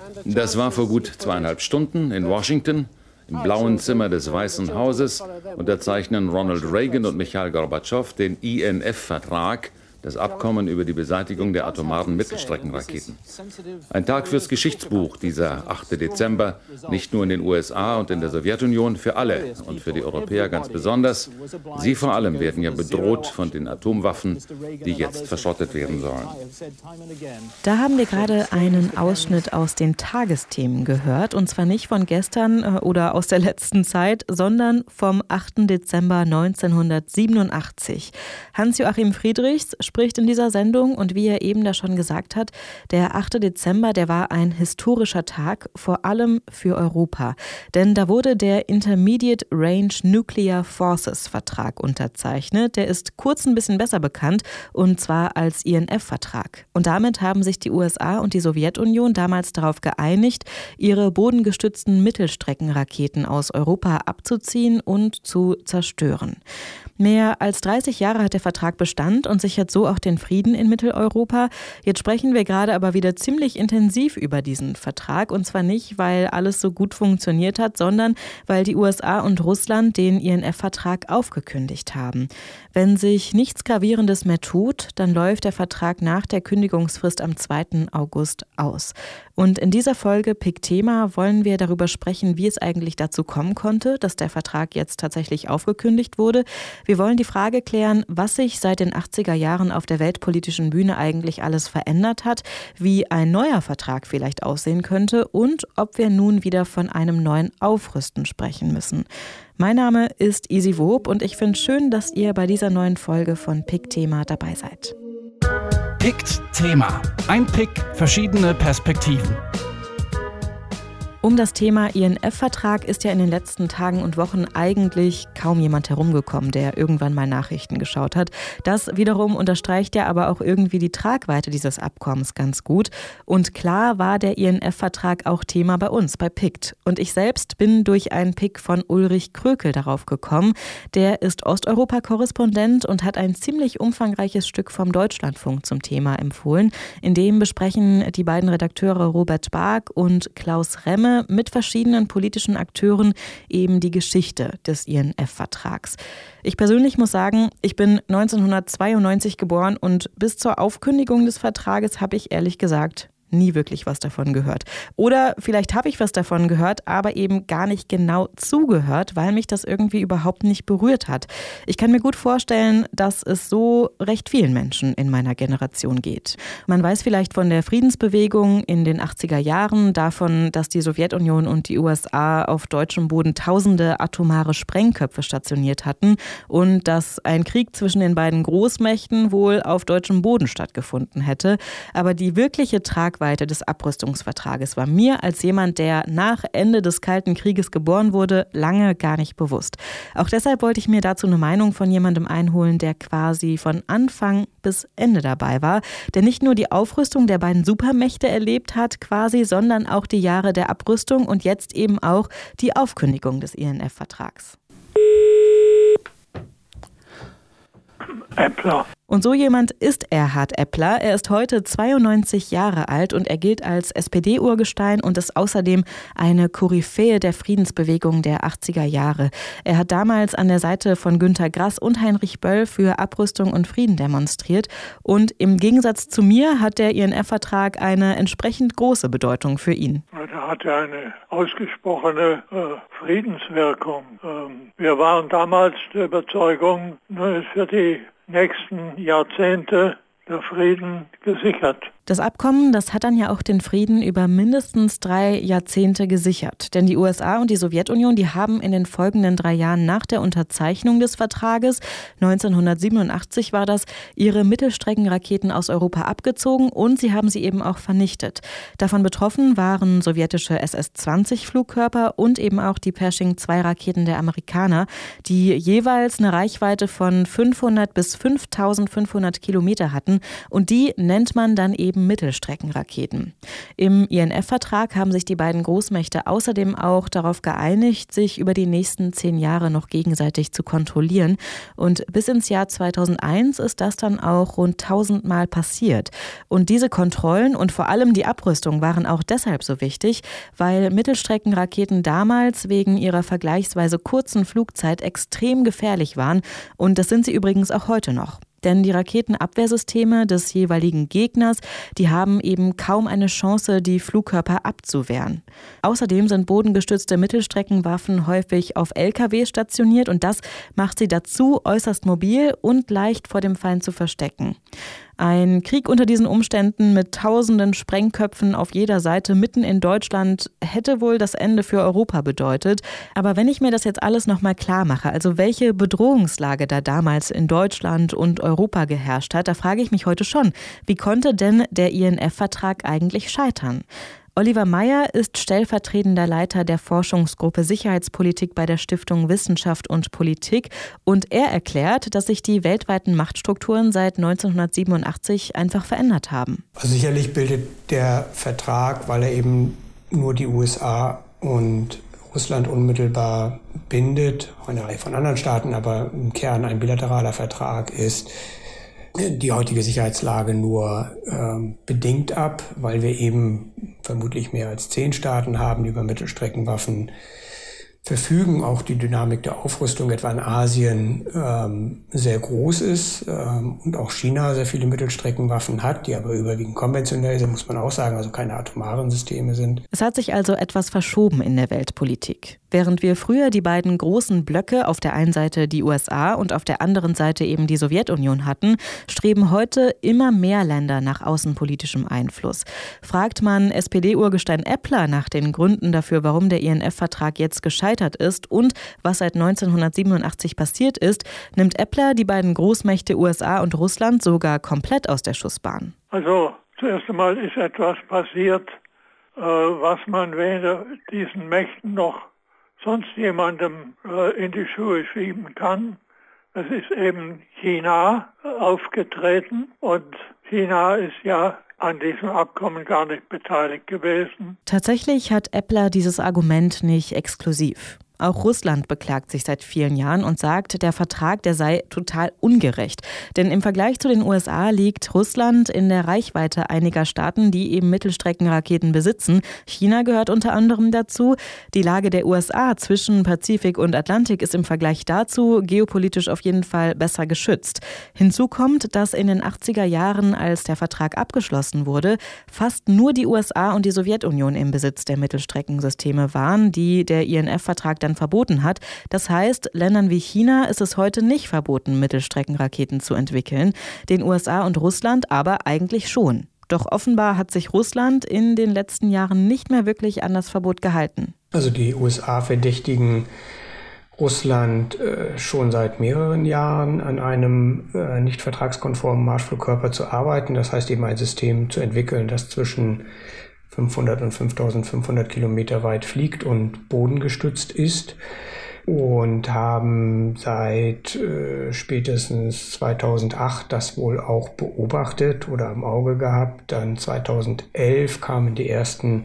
Das war vor gut 2,5 Stunden in Washington, im blauen Zimmer des Weißen Hauses, unterzeichnen Ronald Reagan und Michail Gorbatschow den INF-Vertrag, das Abkommen über die Beseitigung der atomaren Mittelstreckenraketen. Ein Tag fürs Geschichtsbuch, dieser 8. Dezember, nicht nur in den USA und in der Sowjetunion, für alle und für die Europäer ganz besonders. Sie vor allem werden ja bedroht von den Atomwaffen, die jetzt verschrottet werden sollen. Da haben wir gerade einen Ausschnitt aus den Tagesthemen gehört, und zwar nicht von gestern oder aus der letzten Zeit, sondern vom 8. Dezember 1987. Hans-Joachim Friedrichs spricht in dieser Sendung, und wie er eben da schon gesagt hat, der 8. Dezember, der war ein historischer Tag, vor allem für Europa. Denn da wurde der Intermediate Range Nuclear Forces Vertrag unterzeichnet. Der ist kurz ein bisschen besser bekannt, und zwar als INF-Vertrag. Und damit haben sich die USA und die Sowjetunion damals darauf geeinigt, ihre bodengestützten Mittelstreckenraketen aus Europa abzuziehen und zu zerstören. Mehr als 30 Jahre hat der Vertrag Bestand und sichert so auch den Frieden in Mitteleuropa. Jetzt sprechen wir gerade aber wieder ziemlich intensiv über diesen Vertrag. Und zwar nicht, weil alles so gut funktioniert hat, sondern weil die USA und Russland den INF-Vertrag aufgekündigt haben. Wenn sich nichts Gravierendes mehr tut, dann läuft der Vertrag nach der Kündigungsfrist am 2. August aus. Und in dieser Folge PIK Thema wollen wir darüber sprechen, wie es eigentlich dazu kommen konnte, dass der Vertrag jetzt tatsächlich aufgekündigt wurde. Wir wollen die Frage klären, was sich seit den 80er Jahren auf der weltpolitischen Bühne eigentlich alles verändert hat, wie ein neuer Vertrag vielleicht aussehen könnte und ob wir nun wieder von einem neuen Aufrüsten sprechen müssen. Mein Name ist Isi Wob und ich finde es schön, dass ihr bei dieser neuen Folge von PIK Thema dabei seid. PIK Thema. Ein PIK, verschiedene Perspektiven. Um das Thema INF-Vertrag ist ja in den letzten Tagen und Wochen eigentlich kaum jemand herumgekommen, der irgendwann mal Nachrichten geschaut hat. Das wiederum unterstreicht ja aber auch irgendwie die Tragweite dieses Abkommens ganz gut. Und klar war der INF-Vertrag auch Thema bei uns, bei PIK. Und ich selbst bin durch einen PIK von Ulrich Krökel darauf gekommen. Der ist Osteuropa-Korrespondent und hat ein ziemlich umfangreiches Stück vom Deutschlandfunk zum Thema empfohlen. In dem besprechen die beiden Redakteure Robert Bark und Klaus Remme mit verschiedenen politischen Akteuren eben die Geschichte des INF-Vertrags. Ich persönlich muss sagen, ich bin 1992 geboren und bis zur Aufkündigung des Vertrages habe ich ehrlich gesagt nie wirklich was davon gehört. Oder vielleicht habe ich was davon gehört, aber eben gar nicht genau zugehört, weil mich das irgendwie überhaupt nicht berührt hat. Ich kann mir gut vorstellen, dass es so recht vielen Menschen in meiner Generation geht. Man weiß vielleicht von der Friedensbewegung in den 80er Jahren, davon, dass die Sowjetunion und die USA auf deutschem Boden tausende atomare Sprengköpfe stationiert hatten und dass ein Krieg zwischen den beiden Großmächten wohl auf deutschem Boden stattgefunden hätte. Aber die wirkliche Tragweite des Abrüstungsvertrages war mir als jemand, der nach Ende des Kalten Krieges geboren wurde, lange gar nicht bewusst. Auch deshalb wollte ich mir dazu eine Meinung von jemandem einholen, der quasi von Anfang bis Ende dabei war, der nicht nur die Aufrüstung der beiden Supermächte erlebt hat quasi, sondern auch die Jahre der Abrüstung und jetzt eben auch die Aufkündigung des INF-Vertrags. Eppler. Und so jemand ist Erhard Eppler. Er ist heute 92 Jahre alt und er gilt als SPD-Urgestein und ist außerdem eine Koryphäe der Friedensbewegung der 80er Jahre. Er hat damals an der Seite von Günter Grass und Heinrich Böll für Abrüstung und Frieden demonstriert. Und im Gegensatz zu mir hat der INF-Vertrag eine entsprechend große Bedeutung für ihn. Er hatte eine ausgesprochene Friedenswirkung. Wir waren damals der Überzeugung, für die nächsten Jahrzehnte der Frieden gesichert. Das Abkommen, das hat dann ja auch den Frieden über mindestens 3 Jahrzehnte gesichert. Denn die USA und die Sowjetunion, die haben in den folgenden 3 Jahren nach der Unterzeichnung des Vertrages, 1987 war das, ihre Mittelstreckenraketen aus Europa abgezogen und sie haben sie eben auch vernichtet. Davon betroffen waren sowjetische SS-20 Flugkörper und eben auch die Pershing-2-Raketen der Amerikaner, die jeweils eine Reichweite von 500 bis 5500 Kilometer hatten. Und die nennt man dann eben eben Mittelstreckenraketen. Im INF-Vertrag haben sich die beiden Großmächte außerdem auch darauf geeinigt, sich über die nächsten 10 Jahre noch gegenseitig zu kontrollieren. Und bis ins Jahr 2001 ist das dann auch rund 1000 Mal passiert. Und diese Kontrollen und vor allem die Abrüstung waren auch deshalb so wichtig, weil Mittelstreckenraketen damals wegen ihrer vergleichsweise kurzen Flugzeit extrem gefährlich waren. Und das sind sie übrigens auch heute noch. Denn die Raketenabwehrsysteme des jeweiligen Gegners, die haben eben kaum eine Chance, die Flugkörper abzuwehren. Außerdem sind bodengestützte Mittelstreckenwaffen häufig auf LKWs stationiert und das macht sie dazu äußerst mobil und leicht vor dem Feind zu verstecken. Ein Krieg unter diesen Umständen mit tausenden Sprengköpfen auf jeder Seite mitten in Deutschland hätte wohl das Ende für Europa bedeutet. Aber wenn ich mir das jetzt alles nochmal klar mache, also welche Bedrohungslage da damals in Deutschland und Europa geherrscht hat, da frage ich mich heute schon, wie konnte denn der INF-Vertrag eigentlich scheitern? Oliver Meyer ist stellvertretender Leiter der Forschungsgruppe Sicherheitspolitik bei der Stiftung Wissenschaft und Politik und er erklärt, dass sich die weltweiten Machtstrukturen seit 1987 einfach verändert haben. Also sicherlich bildet der Vertrag, weil er eben nur die USA und Russland unmittelbar bindet, auch eine Reihe von anderen Staaten, aber im Kern ein bilateraler Vertrag ist, die heutige Sicherheitslage nur bedingt ab, weil wir eben vermutlich mehr als 10 Staaten haben, die über Mittelstreckenwaffen verfügen. Auch die Dynamik der Aufrüstung etwa in Asien sehr groß ist und auch China sehr viele Mittelstreckenwaffen hat, die aber überwiegend konventionell sind, muss man auch sagen, also keine atomaren Systeme sind. Es hat sich also etwas verschoben in der Weltpolitik. Während wir früher die beiden großen Blöcke, auf der einen Seite die USA und auf der anderen Seite eben die Sowjetunion hatten, streben heute immer mehr Länder nach außenpolitischem Einfluss. Fragt man SPD-Urgestein Eppler nach den Gründen dafür, warum der INF-Vertrag jetzt gescheitert ist und was seit 1987 passiert ist, nimmt Eppler die beiden Großmächte USA und Russland sogar komplett aus der Schussbahn. Also zuerst einmal ist etwas passiert, was man weder diesen Mächten noch sonst jemandem in die Schuhe schieben kann. Es ist eben China aufgetreten und China ist ja an diesem Abkommen gar nicht beteiligt gewesen. Tatsächlich hat Eppler dieses Argument nicht exklusiv. Auch Russland beklagt sich seit vielen Jahren und sagt, der Vertrag, der sei total ungerecht. Denn im Vergleich zu den USA liegt Russland in der Reichweite einiger Staaten, die eben Mittelstreckenraketen besitzen. China gehört unter anderem dazu. Die Lage der USA zwischen Pazifik und Atlantik ist im Vergleich dazu geopolitisch auf jeden Fall besser geschützt. Hinzu kommt, dass in den 80er Jahren, als der Vertrag abgeschlossen wurde, fast nur die USA und die Sowjetunion im Besitz der Mittelstreckensysteme waren, die der INF-Vertrag dann verboten hat. Das heißt, Ländern wie China ist es heute nicht verboten, Mittelstreckenraketen zu entwickeln, den USA und Russland aber eigentlich schon. Doch offenbar hat sich Russland in den letzten Jahren nicht mehr wirklich an das Verbot gehalten. Also die USA verdächtigen Russland schon seit mehreren Jahren an einem nicht vertragskonformen Marschflugkörper zu arbeiten. Das heißt eben ein System zu entwickeln, das zwischen 500 und 5500 Kilometer weit fliegt und bodengestützt ist und haben seit spätestens 2008 das wohl auch beobachtet oder im Auge gehabt. Dann 2011 kamen die ersten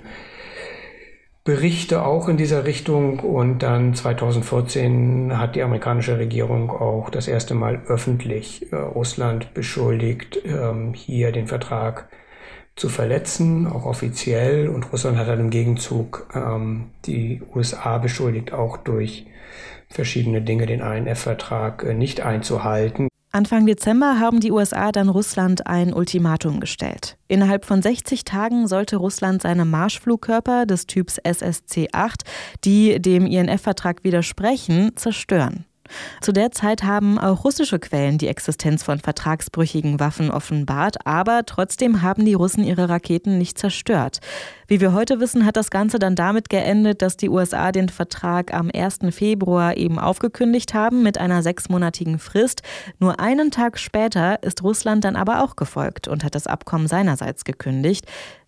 Berichte auch in dieser Richtung und dann 2014 hat die amerikanische Regierung auch das erste Mal öffentlich Russland beschuldigt, hier den Vertrag zu verletzen, auch offiziell. Und Russland hat dann im Gegenzug die USA beschuldigt, auch durch verschiedene Dinge den INF-Vertrag nicht einzuhalten. Anfang Dezember haben die USA dann Russland ein Ultimatum gestellt. Innerhalb von 60 Tagen sollte Russland seine Marschflugkörper des Typs SSC-8, die dem INF-Vertrag widersprechen, zerstören. Zu der Zeit haben auch russische Quellen die Existenz von vertragsbrüchigen Waffen offenbart, aber trotzdem haben die Russen ihre Raketen nicht zerstört. Wie wir heute wissen, hat das Ganze dann damit geendet, dass die USA den Vertrag am 1. Februar eben aufgekündigt haben mit einer 6-monatigen Frist. Nur einen Tag später ist Russland dann aber auch gefolgt und hat das Abkommen seinerseits gekündigt.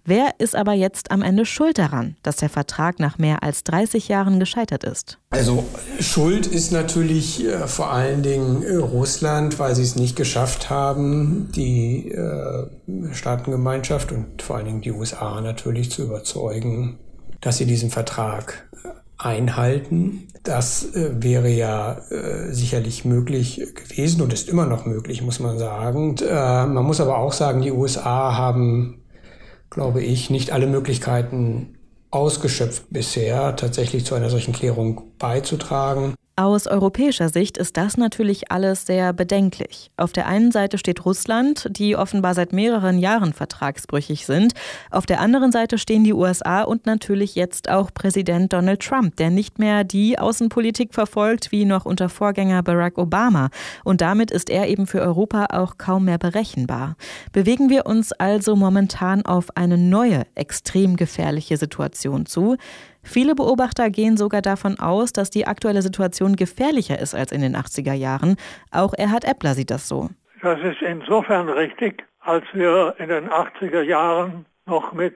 Wer ist aber jetzt am Ende schuld daran, dass der Vertrag nach mehr als 30 Jahren gescheitert ist? Also schuld ist natürlich vor allen Dingen Russland, weil sie es nicht geschafft haben, die Staatengemeinschaft und vor allen Dingen die USA natürlich zu überzeugen, dass sie diesen Vertrag einhalten. Das wäre ja sicherlich möglich gewesen und ist immer noch möglich, muss man sagen. Und, man muss aber auch sagen, die USA haben, glaube ich, nicht alle Möglichkeiten ausgeschöpft bisher, tatsächlich zu einer solchen Klärung beizutragen. Aus europäischer Sicht ist das natürlich alles sehr bedenklich. Auf der einen Seite steht Russland, die offenbar seit mehreren Jahren vertragsbrüchig sind. Auf der anderen Seite stehen die USA und natürlich jetzt auch Präsident Donald Trump, der nicht mehr die Außenpolitik verfolgt wie noch unter Vorgänger Barack Obama. Und damit ist er eben für Europa auch kaum mehr berechenbar. Bewegen wir uns also momentan auf eine neue, extrem gefährliche Situation zu. Viele Beobachter gehen sogar davon aus, dass die aktuelle Situation gefährlicher ist als in den 80er Jahren. Auch Erhard Eppler sieht das so. Das ist insofern richtig, als wir in den 80er Jahren noch mit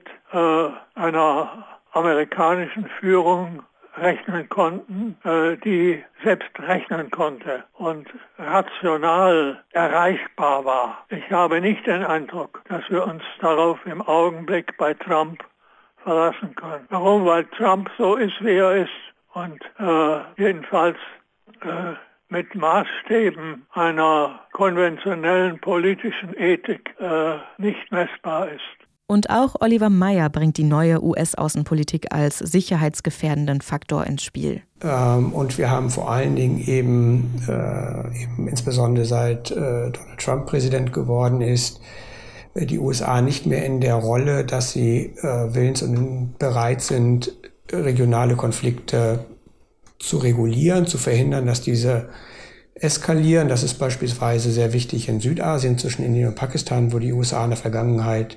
einer amerikanischen Führung rechnen konnten, die selbst rechnen konnte und rational erreichbar war. Ich habe nicht den Eindruck, dass wir uns darauf im Augenblick bei Trump verlassen können. Warum? Weil Trump so ist, wie er ist und jedenfalls mit Maßstäben einer konventionellen politischen Ethik nicht messbar ist. Und auch Oliver Meyer bringt die neue US-Außenpolitik als sicherheitsgefährdenden Faktor ins Spiel. Und wir haben vor allen Dingen eben insbesondere seit Donald Trump Präsident geworden ist, die USA nicht mehr in der Rolle, dass sie willens und bereit sind, regionale Konflikte zu regulieren, zu verhindern, dass diese eskalieren. Das ist beispielsweise sehr wichtig in Südasien zwischen Indien und Pakistan, wo die USA in der Vergangenheit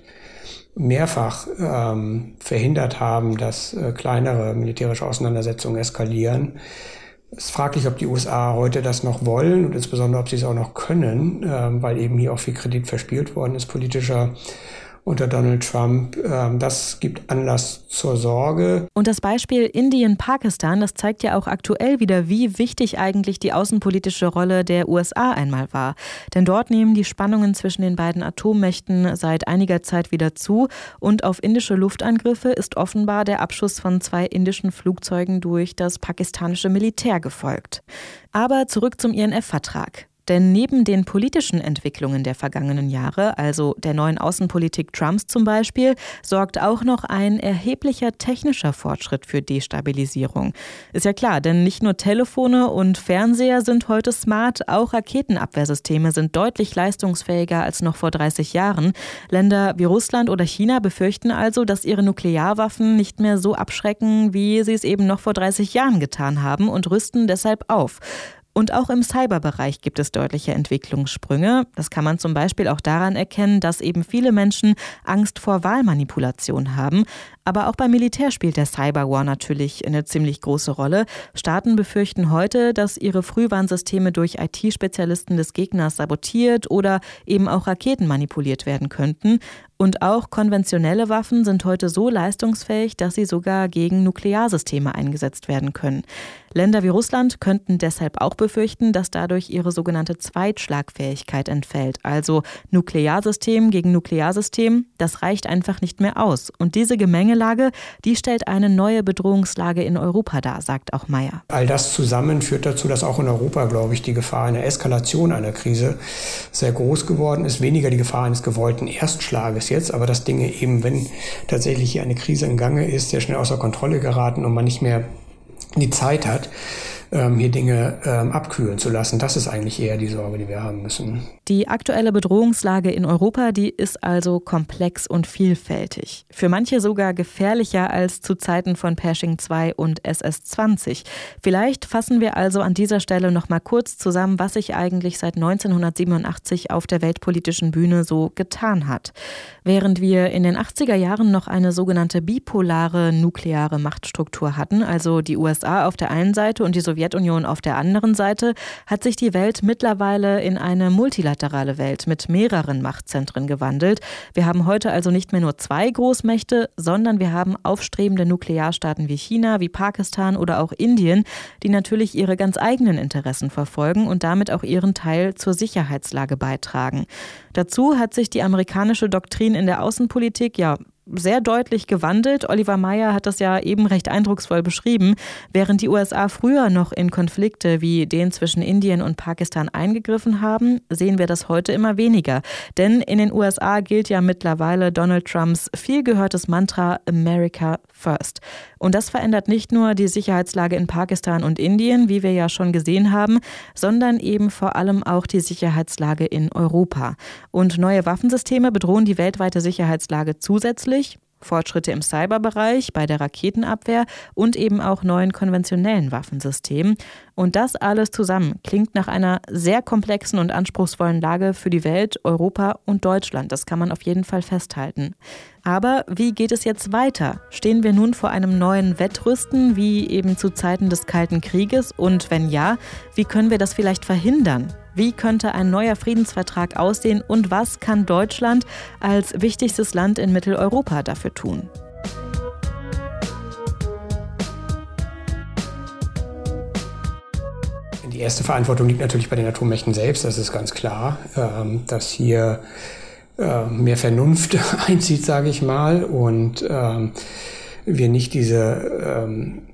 mehrfach verhindert haben, dass kleinere militärische Auseinandersetzungen eskalieren. Es ist fraglich, ob die USA heute das noch wollen und insbesondere, ob sie es auch noch können, weil eben hier auch viel Kredit verspielt worden ist, politischer, unter Donald Trump. Das gibt Anlass zur Sorge. Und das Beispiel Indien-Pakistan, das zeigt ja auch aktuell wieder, wie wichtig eigentlich die außenpolitische Rolle der USA einmal war. Denn dort nehmen die Spannungen zwischen den beiden Atommächten seit einiger Zeit wieder zu. Und auf indische Luftangriffe ist offenbar der Abschuss von 2 indischen Flugzeugen durch das pakistanische Militär gefolgt. Aber zurück zum INF-Vertrag. Denn neben den politischen Entwicklungen der vergangenen Jahre, also der neuen Außenpolitik Trumps zum Beispiel, sorgt auch noch ein erheblicher technischer Fortschritt für Destabilisierung. Ist ja klar, denn nicht nur Telefone und Fernseher sind heute smart, auch Raketenabwehrsysteme sind deutlich leistungsfähiger als noch vor 30 Jahren. Länder wie Russland oder China befürchten also, dass ihre Nuklearwaffen nicht mehr so abschrecken, wie sie es eben noch vor 30 Jahren getan haben und rüsten deshalb auf. Und auch im Cyberbereich gibt es deutliche Entwicklungssprünge. Das kann man zum Beispiel auch daran erkennen, dass eben viele Menschen Angst vor Wahlmanipulation haben. Aber auch beim Militär spielt der Cyberwar natürlich eine ziemlich große Rolle. Staaten befürchten heute, dass ihre Frühwarnsysteme durch IT-Spezialisten des Gegners sabotiert oder eben auch Raketen manipuliert werden könnten. Und auch konventionelle Waffen sind heute so leistungsfähig, dass sie sogar gegen Nuklearsysteme eingesetzt werden können. Länder wie Russland könnten deshalb auch befürchten, dass dadurch ihre sogenannte Zweitschlagfähigkeit entfällt. Also Nuklearsystem gegen Nuklearsystem, das reicht einfach nicht mehr aus. Und diese Gemengelage, die stellt eine neue Bedrohungslage in Europa dar, sagt auch Meyer. All das zusammen führt dazu, dass auch in Europa, glaube ich, die Gefahr einer Eskalation einer Krise sehr groß geworden ist. Weniger die Gefahr eines gewollten Erstschlages jetzt, aber dass Dinge eben, wenn tatsächlich hier eine Krise im Gange ist, sehr schnell außer Kontrolle geraten und man nicht mehr die Zeit hat, hier Dinge abkühlen zu lassen. Das ist eigentlich eher die Sorge, die wir haben müssen. Die aktuelle Bedrohungslage in Europa, die ist also komplex und vielfältig. Für manche sogar gefährlicher als zu Zeiten von Pershing II und SS-20. Vielleicht fassen wir also an dieser Stelle noch mal kurz zusammen, was sich eigentlich seit 1987 auf der weltpolitischen Bühne so getan hat. Während wir in den 80er Jahren noch eine sogenannte bipolare nukleare Machtstruktur hatten, also die USA auf der einen Seite und die Sowjetunion Sowjetunion auf der anderen Seite, hat sich die Welt mittlerweile in eine multilaterale Welt mit mehreren Machtzentren gewandelt. Wir haben heute also nicht mehr nur 2 Großmächte, sondern wir haben aufstrebende Nuklearstaaten wie China, wie Pakistan oder auch Indien, die natürlich ihre ganz eigenen Interessen verfolgen und damit auch ihren Teil zur Sicherheitslage beitragen. Dazu hat sich die amerikanische Doktrin in der Außenpolitik sehr deutlich gewandelt. Oliver Meyer hat das ja eben recht eindrucksvoll beschrieben. Während die USA früher noch in Konflikte wie den zwischen Indien und Pakistan eingegriffen haben, sehen wir das heute immer weniger. Denn in den USA gilt ja mittlerweile Donald Trumps vielgehörtes Mantra America First. Und das verändert nicht nur die Sicherheitslage in Pakistan und Indien, wie wir ja schon gesehen haben, sondern eben vor allem auch die Sicherheitslage in Europa. Und neue Waffensysteme bedrohen die weltweite Sicherheitslage zusätzlich. Fortschritte im Cyberbereich, bei der Raketenabwehr und eben auch neuen konventionellen Waffensystemen. Und das alles zusammen klingt nach einer sehr komplexen und anspruchsvollen Lage für die Welt, Europa und Deutschland. Das kann man auf jeden Fall festhalten. Aber wie geht es jetzt weiter? Stehen wir nun vor einem neuen Wettrüsten, wie eben zu Zeiten des Kalten Krieges? Und wenn ja, wie können wir das vielleicht verhindern? Wie könnte ein neuer Friedensvertrag aussehen und was kann Deutschland als wichtigstes Land in Mitteleuropa dafür tun? Die erste Verantwortung liegt natürlich bei den Atommächten selbst, das ist ganz klar, dass hier mehr Vernunft einzieht, sage ich mal, und wir nicht diese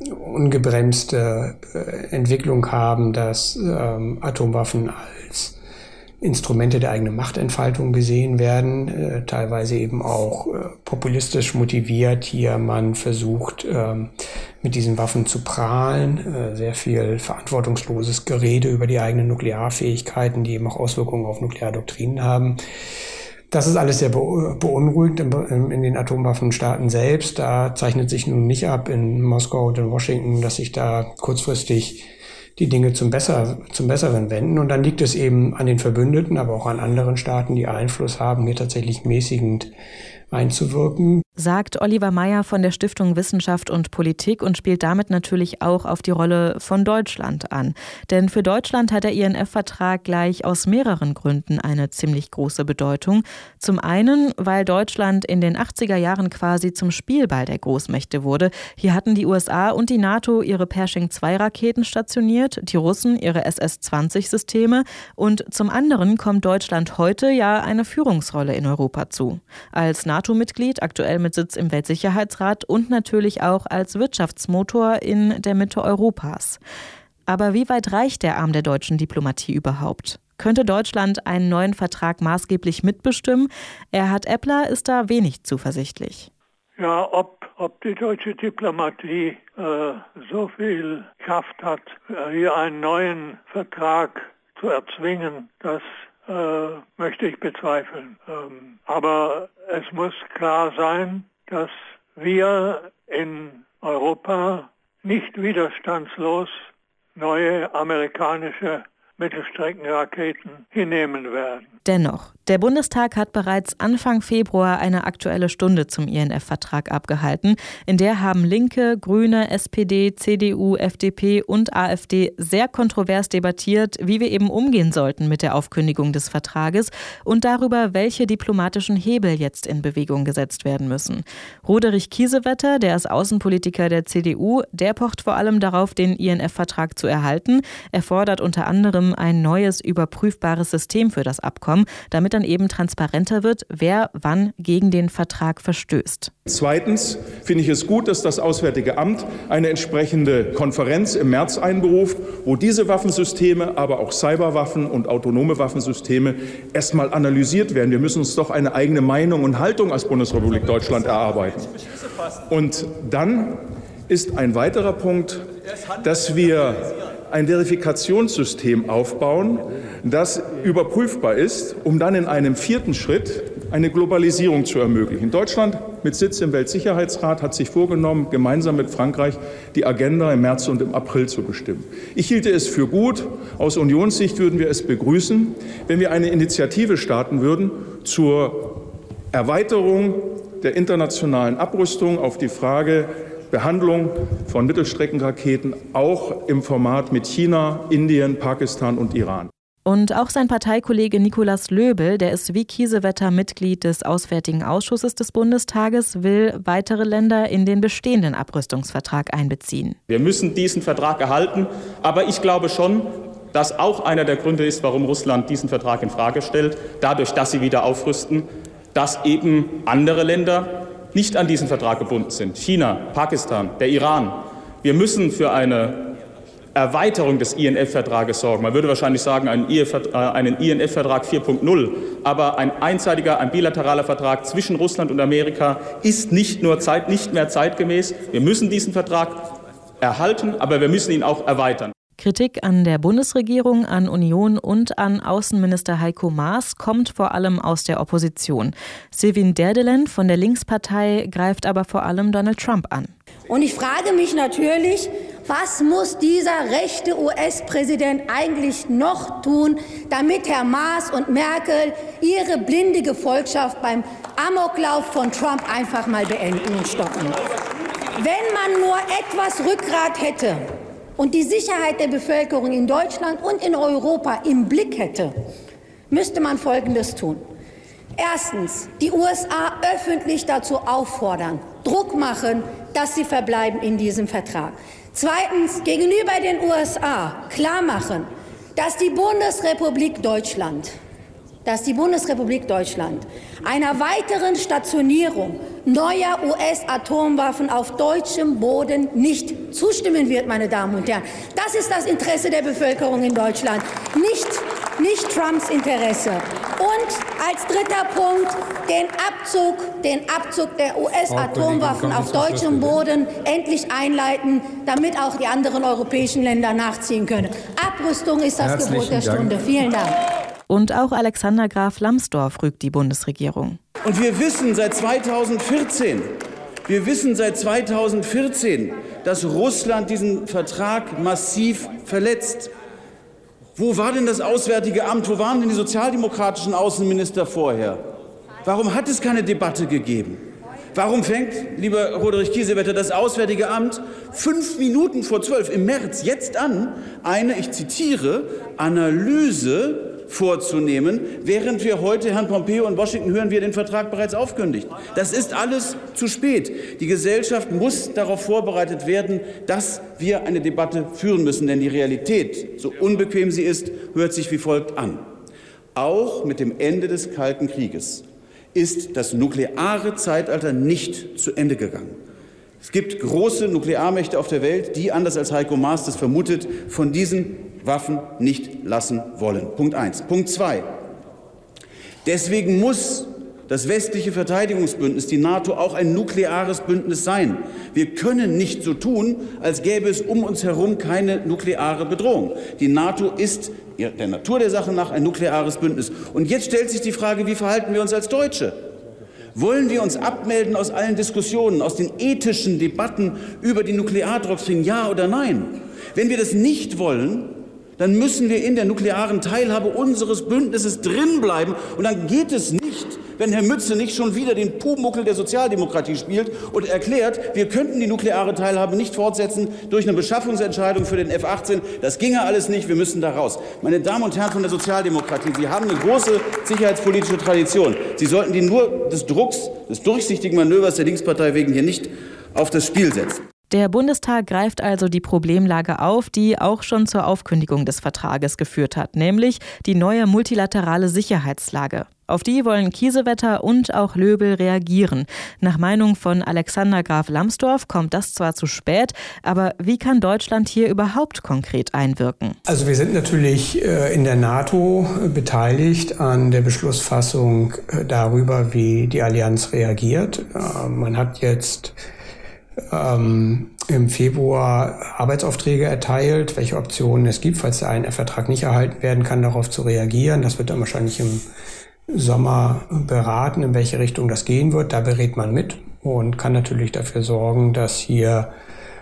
ungebremste Entwicklung haben, dass Atomwaffen als Instrumente der eigenen Machtentfaltung gesehen werden, teilweise eben auch populistisch motiviert. Hier man versucht, mit diesen Waffen zu prahlen, sehr viel verantwortungsloses Gerede über die eigenen Nuklearfähigkeiten, die eben auch Auswirkungen auf Nukleardoktrinen haben. Das ist alles sehr beunruhigend in den Atomwaffenstaaten selbst. Da zeichnet sich nun nicht ab in Moskau und in Washington, dass sich da kurzfristig die Dinge zum Besseren wenden. Und dann liegt es eben an den Verbündeten, aber auch an anderen Staaten, die Einfluss haben, hier tatsächlich mäßigend einzuwirken. Sagt Oliver Meyer von der Stiftung Wissenschaft und Politik und spielt damit natürlich auch auf die Rolle von Deutschland an. Denn für Deutschland hat der INF-Vertrag gleich aus mehreren Gründen eine ziemlich große Bedeutung. Zum einen, weil Deutschland in den 80er Jahren quasi zum Spielball der Großmächte wurde. Hier hatten die USA und die NATO ihre Pershing-2-Raketen stationiert, die Russen ihre SS-20-Systeme und zum anderen kommt Deutschland heute ja eine Führungsrolle in Europa zu. Als NATO-Mitglied, aktuell mit Sitz im Weltsicherheitsrat und natürlich auch als Wirtschaftsmotor in der Mitte Europas. Aber wie weit reicht der Arm der deutschen Diplomatie überhaupt? Könnte Deutschland einen neuen Vertrag maßgeblich mitbestimmen? Erhard Eppler ist da wenig zuversichtlich. Ja, ob die deutsche Diplomatie so viel Kraft hat, hier einen neuen Vertrag zu erzwingen, das möchte ich bezweifeln. Aber es muss klar sein, dass wir in Europa nicht widerstandslos neue amerikanische Mittelstreckenraketen hinnehmen werden. Dennoch, der Bundestag hat bereits Anfang Februar eine Aktuelle Stunde zum INF-Vertrag abgehalten. In der haben Linke, Grüne, SPD, CDU, FDP und AfD sehr kontrovers debattiert, wie wir eben umgehen sollten mit der Aufkündigung des Vertrages und darüber, welche diplomatischen Hebel jetzt in Bewegung gesetzt werden müssen. Roderich Kiesewetter, der ist Außenpolitiker der CDU, der pocht vor allem darauf, den INF-Vertrag zu erhalten. Er fordert unter anderem ein neues, überprüfbares System für das Abkommen, damit dann eben transparenter wird, wer wann gegen den Vertrag verstößt. Zweitens finde ich es gut, dass das Auswärtige Amt eine entsprechende Konferenz im März einberuft, wo diese Waffensysteme, aber auch Cyberwaffen und autonome Waffensysteme erstmal analysiert werden. Wir müssen uns doch eine eigene Meinung und Haltung als Bundesrepublik Deutschland erarbeiten. Und dann ist ein weiterer Punkt, dass wir ein Verifikationssystem aufbauen, das überprüfbar ist, um dann in einem vierten Schritt eine Globalisierung zu ermöglichen. Deutschland mit Sitz im Weltsicherheitsrat hat sich vorgenommen, gemeinsam mit Frankreich die Agenda im März und im April zu bestimmen. Ich hielte es für gut, aus Unionssicht würden wir es begrüßen, wenn wir eine Initiative starten würden zur Erweiterung der internationalen Abrüstung auf die Frage Behandlung von Mittelstreckenraketen auch im Format mit China, Indien, Pakistan und Iran. Und auch sein Parteikollege Nikolaus Löbel, der ist wie Kiesewetter Mitglied des Auswärtigen Ausschusses des Bundestages, will weitere Länder in den bestehenden Abrüstungsvertrag einbeziehen. Wir müssen diesen Vertrag erhalten, aber ich glaube schon, dass auch einer der Gründe ist, warum Russland diesen Vertrag in Frage stellt, dadurch, dass sie wieder aufrüsten, dass eben andere Länder nicht an diesen Vertrag gebunden sind. China, Pakistan, der Iran. Wir müssen für eine Erweiterung des INF-Vertrages sorgen. Man würde wahrscheinlich sagen, einen INF-Vertrag 4.0. Aber ein einseitiger, ein bilateraler Vertrag zwischen Russland und Amerika ist nicht mehr zeitgemäß. Wir müssen diesen Vertrag erhalten, aber wir müssen ihn auch erweitern. Kritik an der Bundesregierung, an Union und an Außenminister Heiko Maas kommt vor allem aus der Opposition. Sevin Derdelen von der Linkspartei greift aber vor allem Donald Trump an. Und ich frage mich natürlich, was muss dieser rechte US-Präsident eigentlich noch tun, damit Herr Maas und Merkel ihre blinde Gefolgschaft beim Amoklauf von Trump einfach mal beenden und stoppen? Wenn man nur etwas Rückgrat hätte und die Sicherheit der Bevölkerung in Deutschland und in Europa im Blick hätte, müsste man Folgendes tun. Erstens, die USA öffentlich dazu auffordern, Druck machen, dass sie verbleiben in diesem Vertrag. Zweitens, gegenüber den USA klar machen, dass die Bundesrepublik Deutschland einer weiteren Stationierung neuer US-Atomwaffen auf deutschem Boden nicht zustimmen wird, meine Damen und Herren. Das ist das Interesse der Bevölkerung in Deutschland, nicht Trumps Interesse. Und als dritter Punkt den Abzug der US-Atomwaffen auf deutschem Boden endlich einleiten, damit auch die anderen europäischen Länder nachziehen können. Abrüstung ist das Gebot der Stunde. Vielen Dank. Und auch Alexander Graf Lambsdorff rügt die Bundesregierung. Und wir wissen seit 2014, dass Russland diesen Vertrag massiv verletzt. Wo war denn das Auswärtige Amt? Wo waren denn die sozialdemokratischen Außenminister vorher? Warum hat es keine Debatte gegeben? Warum fängt, lieber Roderich Kiesewetter, das Auswärtige Amt 5 Minuten vor 12 im März jetzt an, eine, ich zitiere, Analyse vorzunehmen, während wir heute Herrn Pompeo in Washington hören, wie er den Vertrag bereits aufkündigt? Das ist alles zu spät. Die Gesellschaft muss darauf vorbereitet werden, dass wir eine Debatte führen müssen. Denn die Realität, so unbequem sie ist, hört sich wie folgt an. Auch mit dem Ende des Kalten Krieges ist das nukleare Zeitalter nicht zu Ende gegangen. Es gibt große Nuklearmächte auf der Welt, die, anders als Heiko Maas das vermutet, von diesen Waffen nicht lassen wollen. Punkt 1. Punkt 2. Deswegen muss das westliche Verteidigungsbündnis, die NATO, auch ein nukleares Bündnis sein. Wir können nicht so tun, als gäbe es um uns herum keine nukleare Bedrohung. Die NATO ist der Natur der Sache nach ein nukleares Bündnis. Und jetzt stellt sich die Frage, wie verhalten wir uns als Deutsche? Wollen wir uns abmelden aus allen Diskussionen, aus den ethischen Debatten über die Nukleardoktrin, ja oder nein? Wenn wir das nicht wollen, dann müssen wir in der nuklearen Teilhabe unseres Bündnisses drinbleiben. Und dann geht es nicht, wenn Herr Mütze nicht schon wieder den Pumuckel der Sozialdemokratie spielt und erklärt, wir könnten die nukleare Teilhabe nicht fortsetzen durch eine Beschaffungsentscheidung für den F-18. Das ginge alles nicht, wir müssen da raus. Meine Damen und Herren von der Sozialdemokratie, Sie haben eine große sicherheitspolitische Tradition. Sie sollten die nur des Drucks, des durchsichtigen Manövers der Linkspartei wegen hier nicht auf das Spiel setzen. Der Bundestag greift also die Problemlage auf, die auch schon zur Aufkündigung des Vertrages geführt hat, nämlich die neue multilaterale Sicherheitslage. Auf die wollen Kiesewetter und auch Löbel reagieren. Nach Meinung von Alexander Graf Lambsdorff kommt das zwar zu spät, aber wie kann Deutschland hier überhaupt konkret einwirken? Also wir sind natürlich in der NATO beteiligt an der Beschlussfassung darüber, wie die Allianz reagiert. Man hat jetzt im Februar Arbeitsaufträge erteilt, welche Optionen es gibt, falls der INF-Vertrag nicht erhalten werden kann, darauf zu reagieren. Das wird dann wahrscheinlich im Sommer beraten, in welche Richtung das gehen wird. Da berät man mit und kann natürlich dafür sorgen, dass hier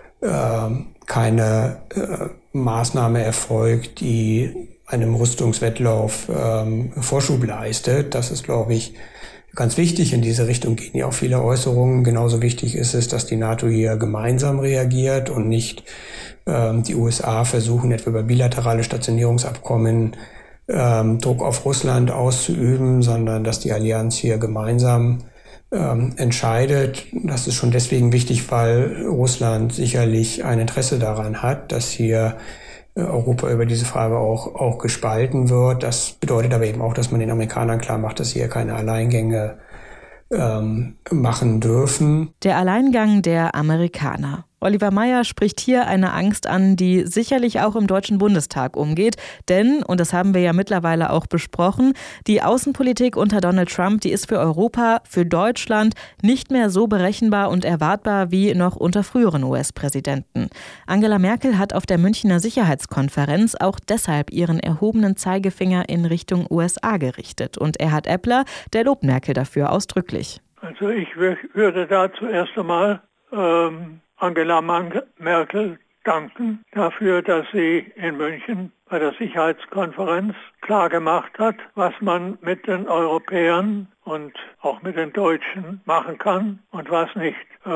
keine Maßnahme erfolgt, die einem Rüstungswettlauf Vorschub leistet. Das ist, glaube ich, Ganz wichtig, in diese Richtung gehen ja auch viele Äußerungen. Genauso wichtig ist es, dass die NATO hier gemeinsam reagiert und nicht die USA versuchen, etwa über bilaterale Stationierungsabkommen Druck auf Russland auszuüben, sondern dass die Allianz hier gemeinsam entscheidet. Das ist schon deswegen wichtig, weil Russland sicherlich ein Interesse daran hat, dass hier Europa über diese Frage auch gespalten wird. Das bedeutet aber eben auch, dass man den Amerikanern klar macht, dass sie hier keine Alleingänge machen dürfen. Der Alleingang der Amerikaner. Oliver Maier spricht hier eine Angst an, die sicherlich auch im Deutschen Bundestag umgeht. Denn, und das haben wir ja mittlerweile auch besprochen, die Außenpolitik unter Donald Trump, die ist für Europa, für Deutschland nicht mehr so berechenbar und erwartbar wie noch unter früheren US-Präsidenten. Angela Merkel hat auf der Münchner Sicherheitskonferenz auch deshalb ihren erhobenen Zeigefinger in Richtung USA gerichtet. Und Erhard Eppler, der lobt Merkel dafür ausdrücklich. Also ich würde da zuerst einmal Angela Merkel danken dafür, dass sie in München bei der Sicherheitskonferenz klargemacht hat, was man mit den Europäern und auch mit den Deutschen machen kann und was nicht.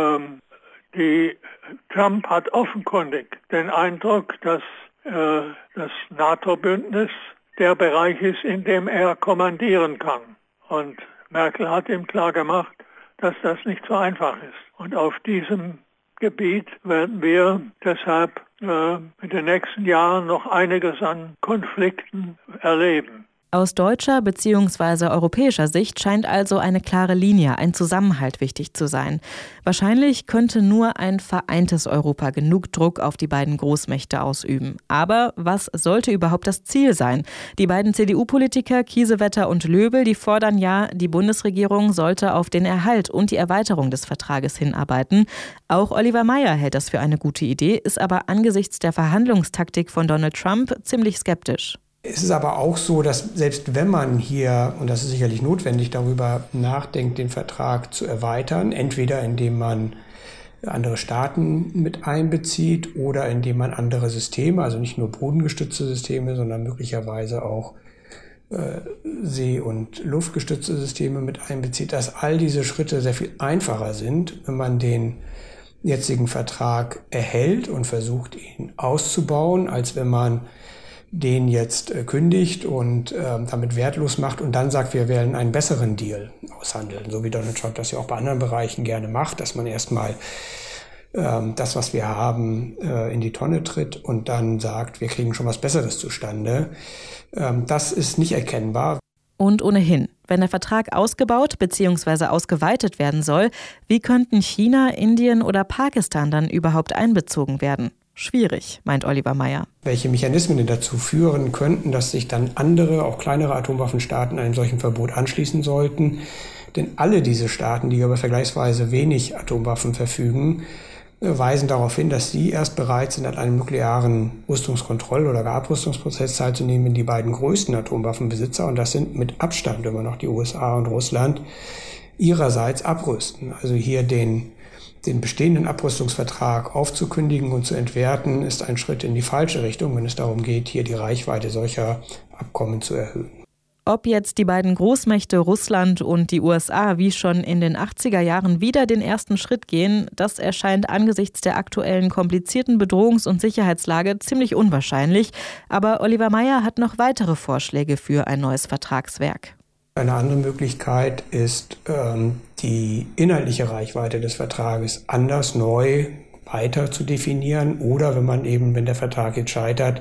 Trump hat offenkundig den Eindruck, dass das NATO-Bündnis der Bereich ist, in dem er kommandieren kann. Und Merkel hat ihm klargemacht, dass das nicht so einfach ist. Und auf diesem Gebiet werden wir deshalb in den nächsten Jahren noch einiges an Konflikten erleben. Aus deutscher bzw. europäischer Sicht scheint also eine klare Linie, ein Zusammenhalt wichtig zu sein. Wahrscheinlich könnte nur ein vereintes Europa genug Druck auf die beiden Großmächte ausüben. Aber was sollte überhaupt das Ziel sein? Die beiden CDU-Politiker Kiesewetter und Löbel, die fordern ja, die Bundesregierung sollte auf den Erhalt und die Erweiterung des Vertrages hinarbeiten. Auch Oliver Maier hält das für eine gute Idee, ist aber angesichts der Verhandlungstaktik von Donald Trump ziemlich skeptisch. Es ist aber auch so, dass selbst wenn man hier, und das ist sicherlich notwendig, darüber nachdenkt, den Vertrag zu erweitern, entweder indem man andere Staaten mit einbezieht oder indem man andere Systeme, also nicht nur bodengestützte Systeme, sondern möglicherweise auch See- und luftgestützte Systeme mit einbezieht, dass all diese Schritte sehr viel einfacher sind, wenn man den jetzigen Vertrag erhält und versucht, ihn auszubauen, als wenn man den jetzt kündigt und damit wertlos macht und dann sagt, wir werden einen besseren Deal aushandeln. So wie Donald Trump das ja auch bei anderen Bereichen gerne macht, dass man erstmal das, was wir haben, in die Tonne tritt und dann sagt, wir kriegen schon was Besseres zustande. Das ist nicht erkennbar. Und ohnehin, wenn der Vertrag ausgebaut bzw. ausgeweitet werden soll, wie könnten China, Indien oder Pakistan dann überhaupt einbezogen werden? Schwierig, meint Oliver Maier. Welche Mechanismen denn dazu führen könnten, dass sich dann andere, auch kleinere Atomwaffenstaaten einem solchen Verbot anschließen sollten? Denn alle diese Staaten, die über vergleichsweise wenig Atomwaffen verfügen, weisen darauf hin, dass sie erst bereit sind, an einem nuklearen Rüstungskontroll- oder gar Abrüstungsprozess teilzunehmen, wenn die beiden größten Atomwaffenbesitzer, und das sind mit Abstand immer noch die USA und Russland, ihrerseits abrüsten. Also hier den bestehenden Abrüstungsvertrag aufzukündigen und zu entwerten, ist ein Schritt in die falsche Richtung, wenn es darum geht, hier die Reichweite solcher Abkommen zu erhöhen. Ob jetzt die beiden Großmächte Russland und die USA wie schon in den 80er Jahren wieder den ersten Schritt gehen, das erscheint angesichts der aktuellen komplizierten Bedrohungs- und Sicherheitslage ziemlich unwahrscheinlich. Aber Oliver Maier hat noch weitere Vorschläge für ein neues Vertragswerk. Eine andere Möglichkeit ist, die inhaltliche Reichweite des Vertrages anders neu weiter zu definieren oder wenn der Vertrag jetzt scheitert,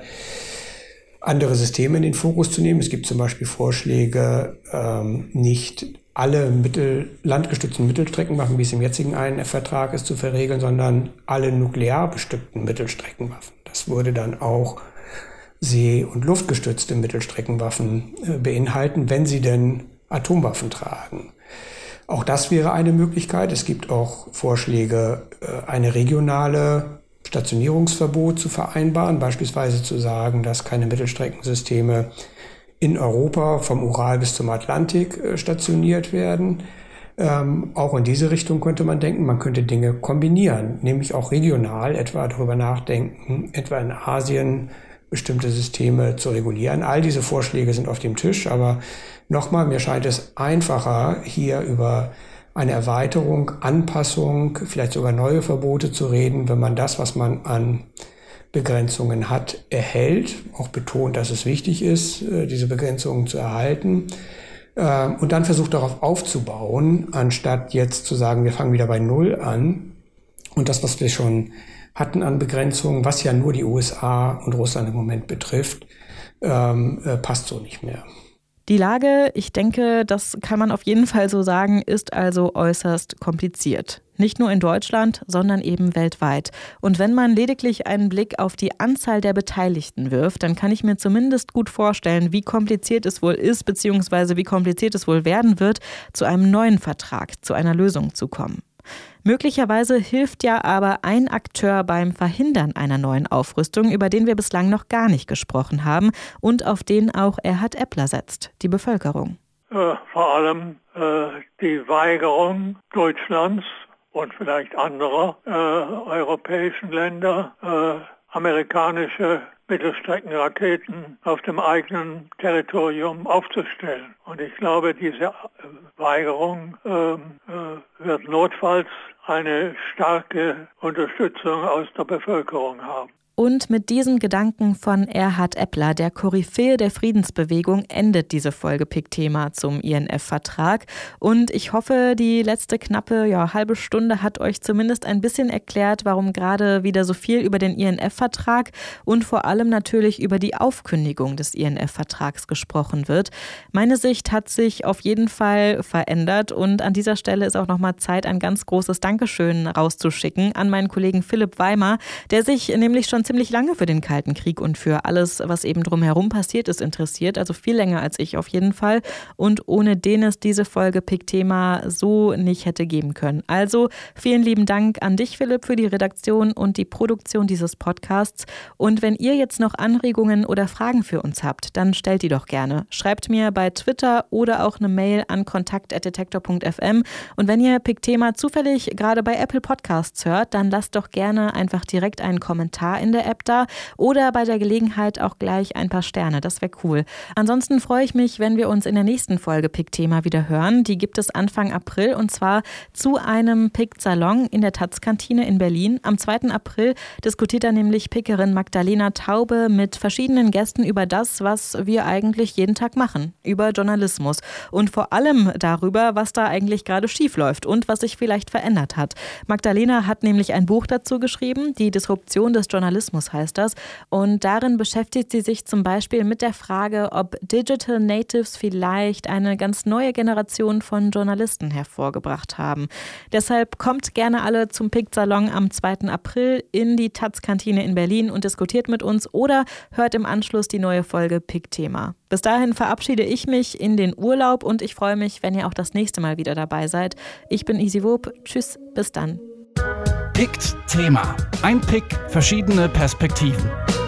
andere Systeme in den Fokus zu nehmen. Es gibt zum Beispiel Vorschläge, nicht alle landgestützten Mittelstreckenwaffen, wie es im jetzigen Vertrag ist, zu verregeln, sondern alle nuklear bestückten Mittelstreckenwaffen. Das würde dann auch See- und luftgestützte Mittelstreckenwaffen beinhalten, wenn sie denn Atomwaffen tragen. Auch das wäre eine Möglichkeit. Es gibt auch Vorschläge, eine regionale Stationierungsverbot zu vereinbaren, beispielsweise zu sagen, dass keine Mittelstreckensysteme in Europa vom Ural bis zum Atlantik stationiert werden. Auch in diese Richtung könnte man denken. Man könnte Dinge kombinieren, nämlich auch regional, etwa darüber nachdenken, etwa in Asien bestimmte Systeme zu regulieren. All diese Vorschläge sind auf dem Tisch, aber nochmal, mir scheint es einfacher, hier über eine Erweiterung, Anpassung, vielleicht sogar neue Verbote zu reden, wenn man das, was man an Begrenzungen hat, erhält, auch betont, dass es wichtig ist, diese Begrenzungen zu erhalten, und dann versucht darauf aufzubauen, anstatt jetzt zu sagen, wir fangen wieder bei Null an und das, was wir schon hatten an Begrenzungen, was ja nur die USA und Russland im Moment betrifft, passt so nicht mehr. Die Lage, ich denke, das kann man auf jeden Fall so sagen, ist also äußerst kompliziert. Nicht nur in Deutschland, sondern eben weltweit. Und wenn man lediglich einen Blick auf die Anzahl der Beteiligten wirft, dann kann ich mir zumindest gut vorstellen, wie kompliziert es wohl ist, beziehungsweise wie kompliziert es wohl werden wird, zu einem neuen Vertrag, zu einer Lösung zu kommen. Möglicherweise hilft ja aber ein Akteur beim Verhindern einer neuen Aufrüstung, über den wir bislang noch gar nicht gesprochen haben und auf den auch Erhard Eppler setzt, die Bevölkerung. Vor allem die Weigerung Deutschlands und vielleicht anderer europäischen Länder, amerikanische Mittelstreckenraketen auf dem eigenen Territorium aufzustellen. Und ich glaube, diese Weigerung wird notfalls eine starke Unterstützung aus der Bevölkerung haben. Und mit diesem Gedanken von Erhard Eppler, der Koryphäe der Friedensbewegung, endet diese Folge PIK-Thema zum INF-Vertrag. Und ich hoffe, die letzte knappe halbe Stunde hat euch zumindest ein bisschen erklärt, warum gerade wieder so viel über den INF-Vertrag und vor allem natürlich über die Aufkündigung des INF-Vertrags gesprochen wird. Meine Sicht hat sich auf jeden Fall verändert und an dieser Stelle ist auch nochmal Zeit, ein ganz großes Dankeschön rauszuschicken an meinen Kollegen Philipp Weimar, der sich nämlich schon ziemlich lange für den Kalten Krieg und für alles, was eben drumherum passiert ist, interessiert. Also viel länger als ich auf jeden Fall. Und ohne den es diese Folge PIK-Thema so nicht hätte geben können. Also vielen lieben Dank an dich, Philipp, für die Redaktion und die Produktion dieses Podcasts. Und wenn ihr jetzt noch Anregungen oder Fragen für uns habt, dann stellt die doch gerne. Schreibt mir bei Twitter oder auch eine Mail an kontakt@detektor.fm. Und wenn ihr PIK-Thema zufällig gerade bei Apple Podcasts hört, dann lasst doch gerne einfach direkt einen Kommentar in der App da oder bei der Gelegenheit auch gleich ein paar Sterne. Das wäre cool. Ansonsten freue ich mich, wenn wir uns in der nächsten Folge PIK-Thema wieder hören. Die gibt es Anfang April und zwar zu einem PIK-Salon in der Taz-Kantine in Berlin. Am 2. April diskutiert da nämlich PIKerin Magdalena Taube mit verschiedenen Gästen über das, was wir eigentlich jeden Tag machen, über Journalismus und vor allem darüber, was da eigentlich gerade schief läuft und was sich vielleicht verändert hat. Magdalena hat nämlich ein Buch dazu geschrieben, die Disruption des Journalismus heißt das. Und darin beschäftigt sie sich zum Beispiel mit der Frage, ob Digital Natives vielleicht eine ganz neue Generation von Journalisten hervorgebracht haben. Deshalb kommt gerne alle zum PIK-Salon am 2. April in die Taz-Kantine in Berlin und diskutiert mit uns oder hört im Anschluss die neue Folge PIK-Thema. Bis dahin verabschiede ich mich in den Urlaub und ich freue mich, wenn ihr auch das nächste Mal wieder dabei seid. Ich bin Isi Wob. Tschüss, bis dann. PIK-Thema. Ein PIK, verschiedene Perspektiven.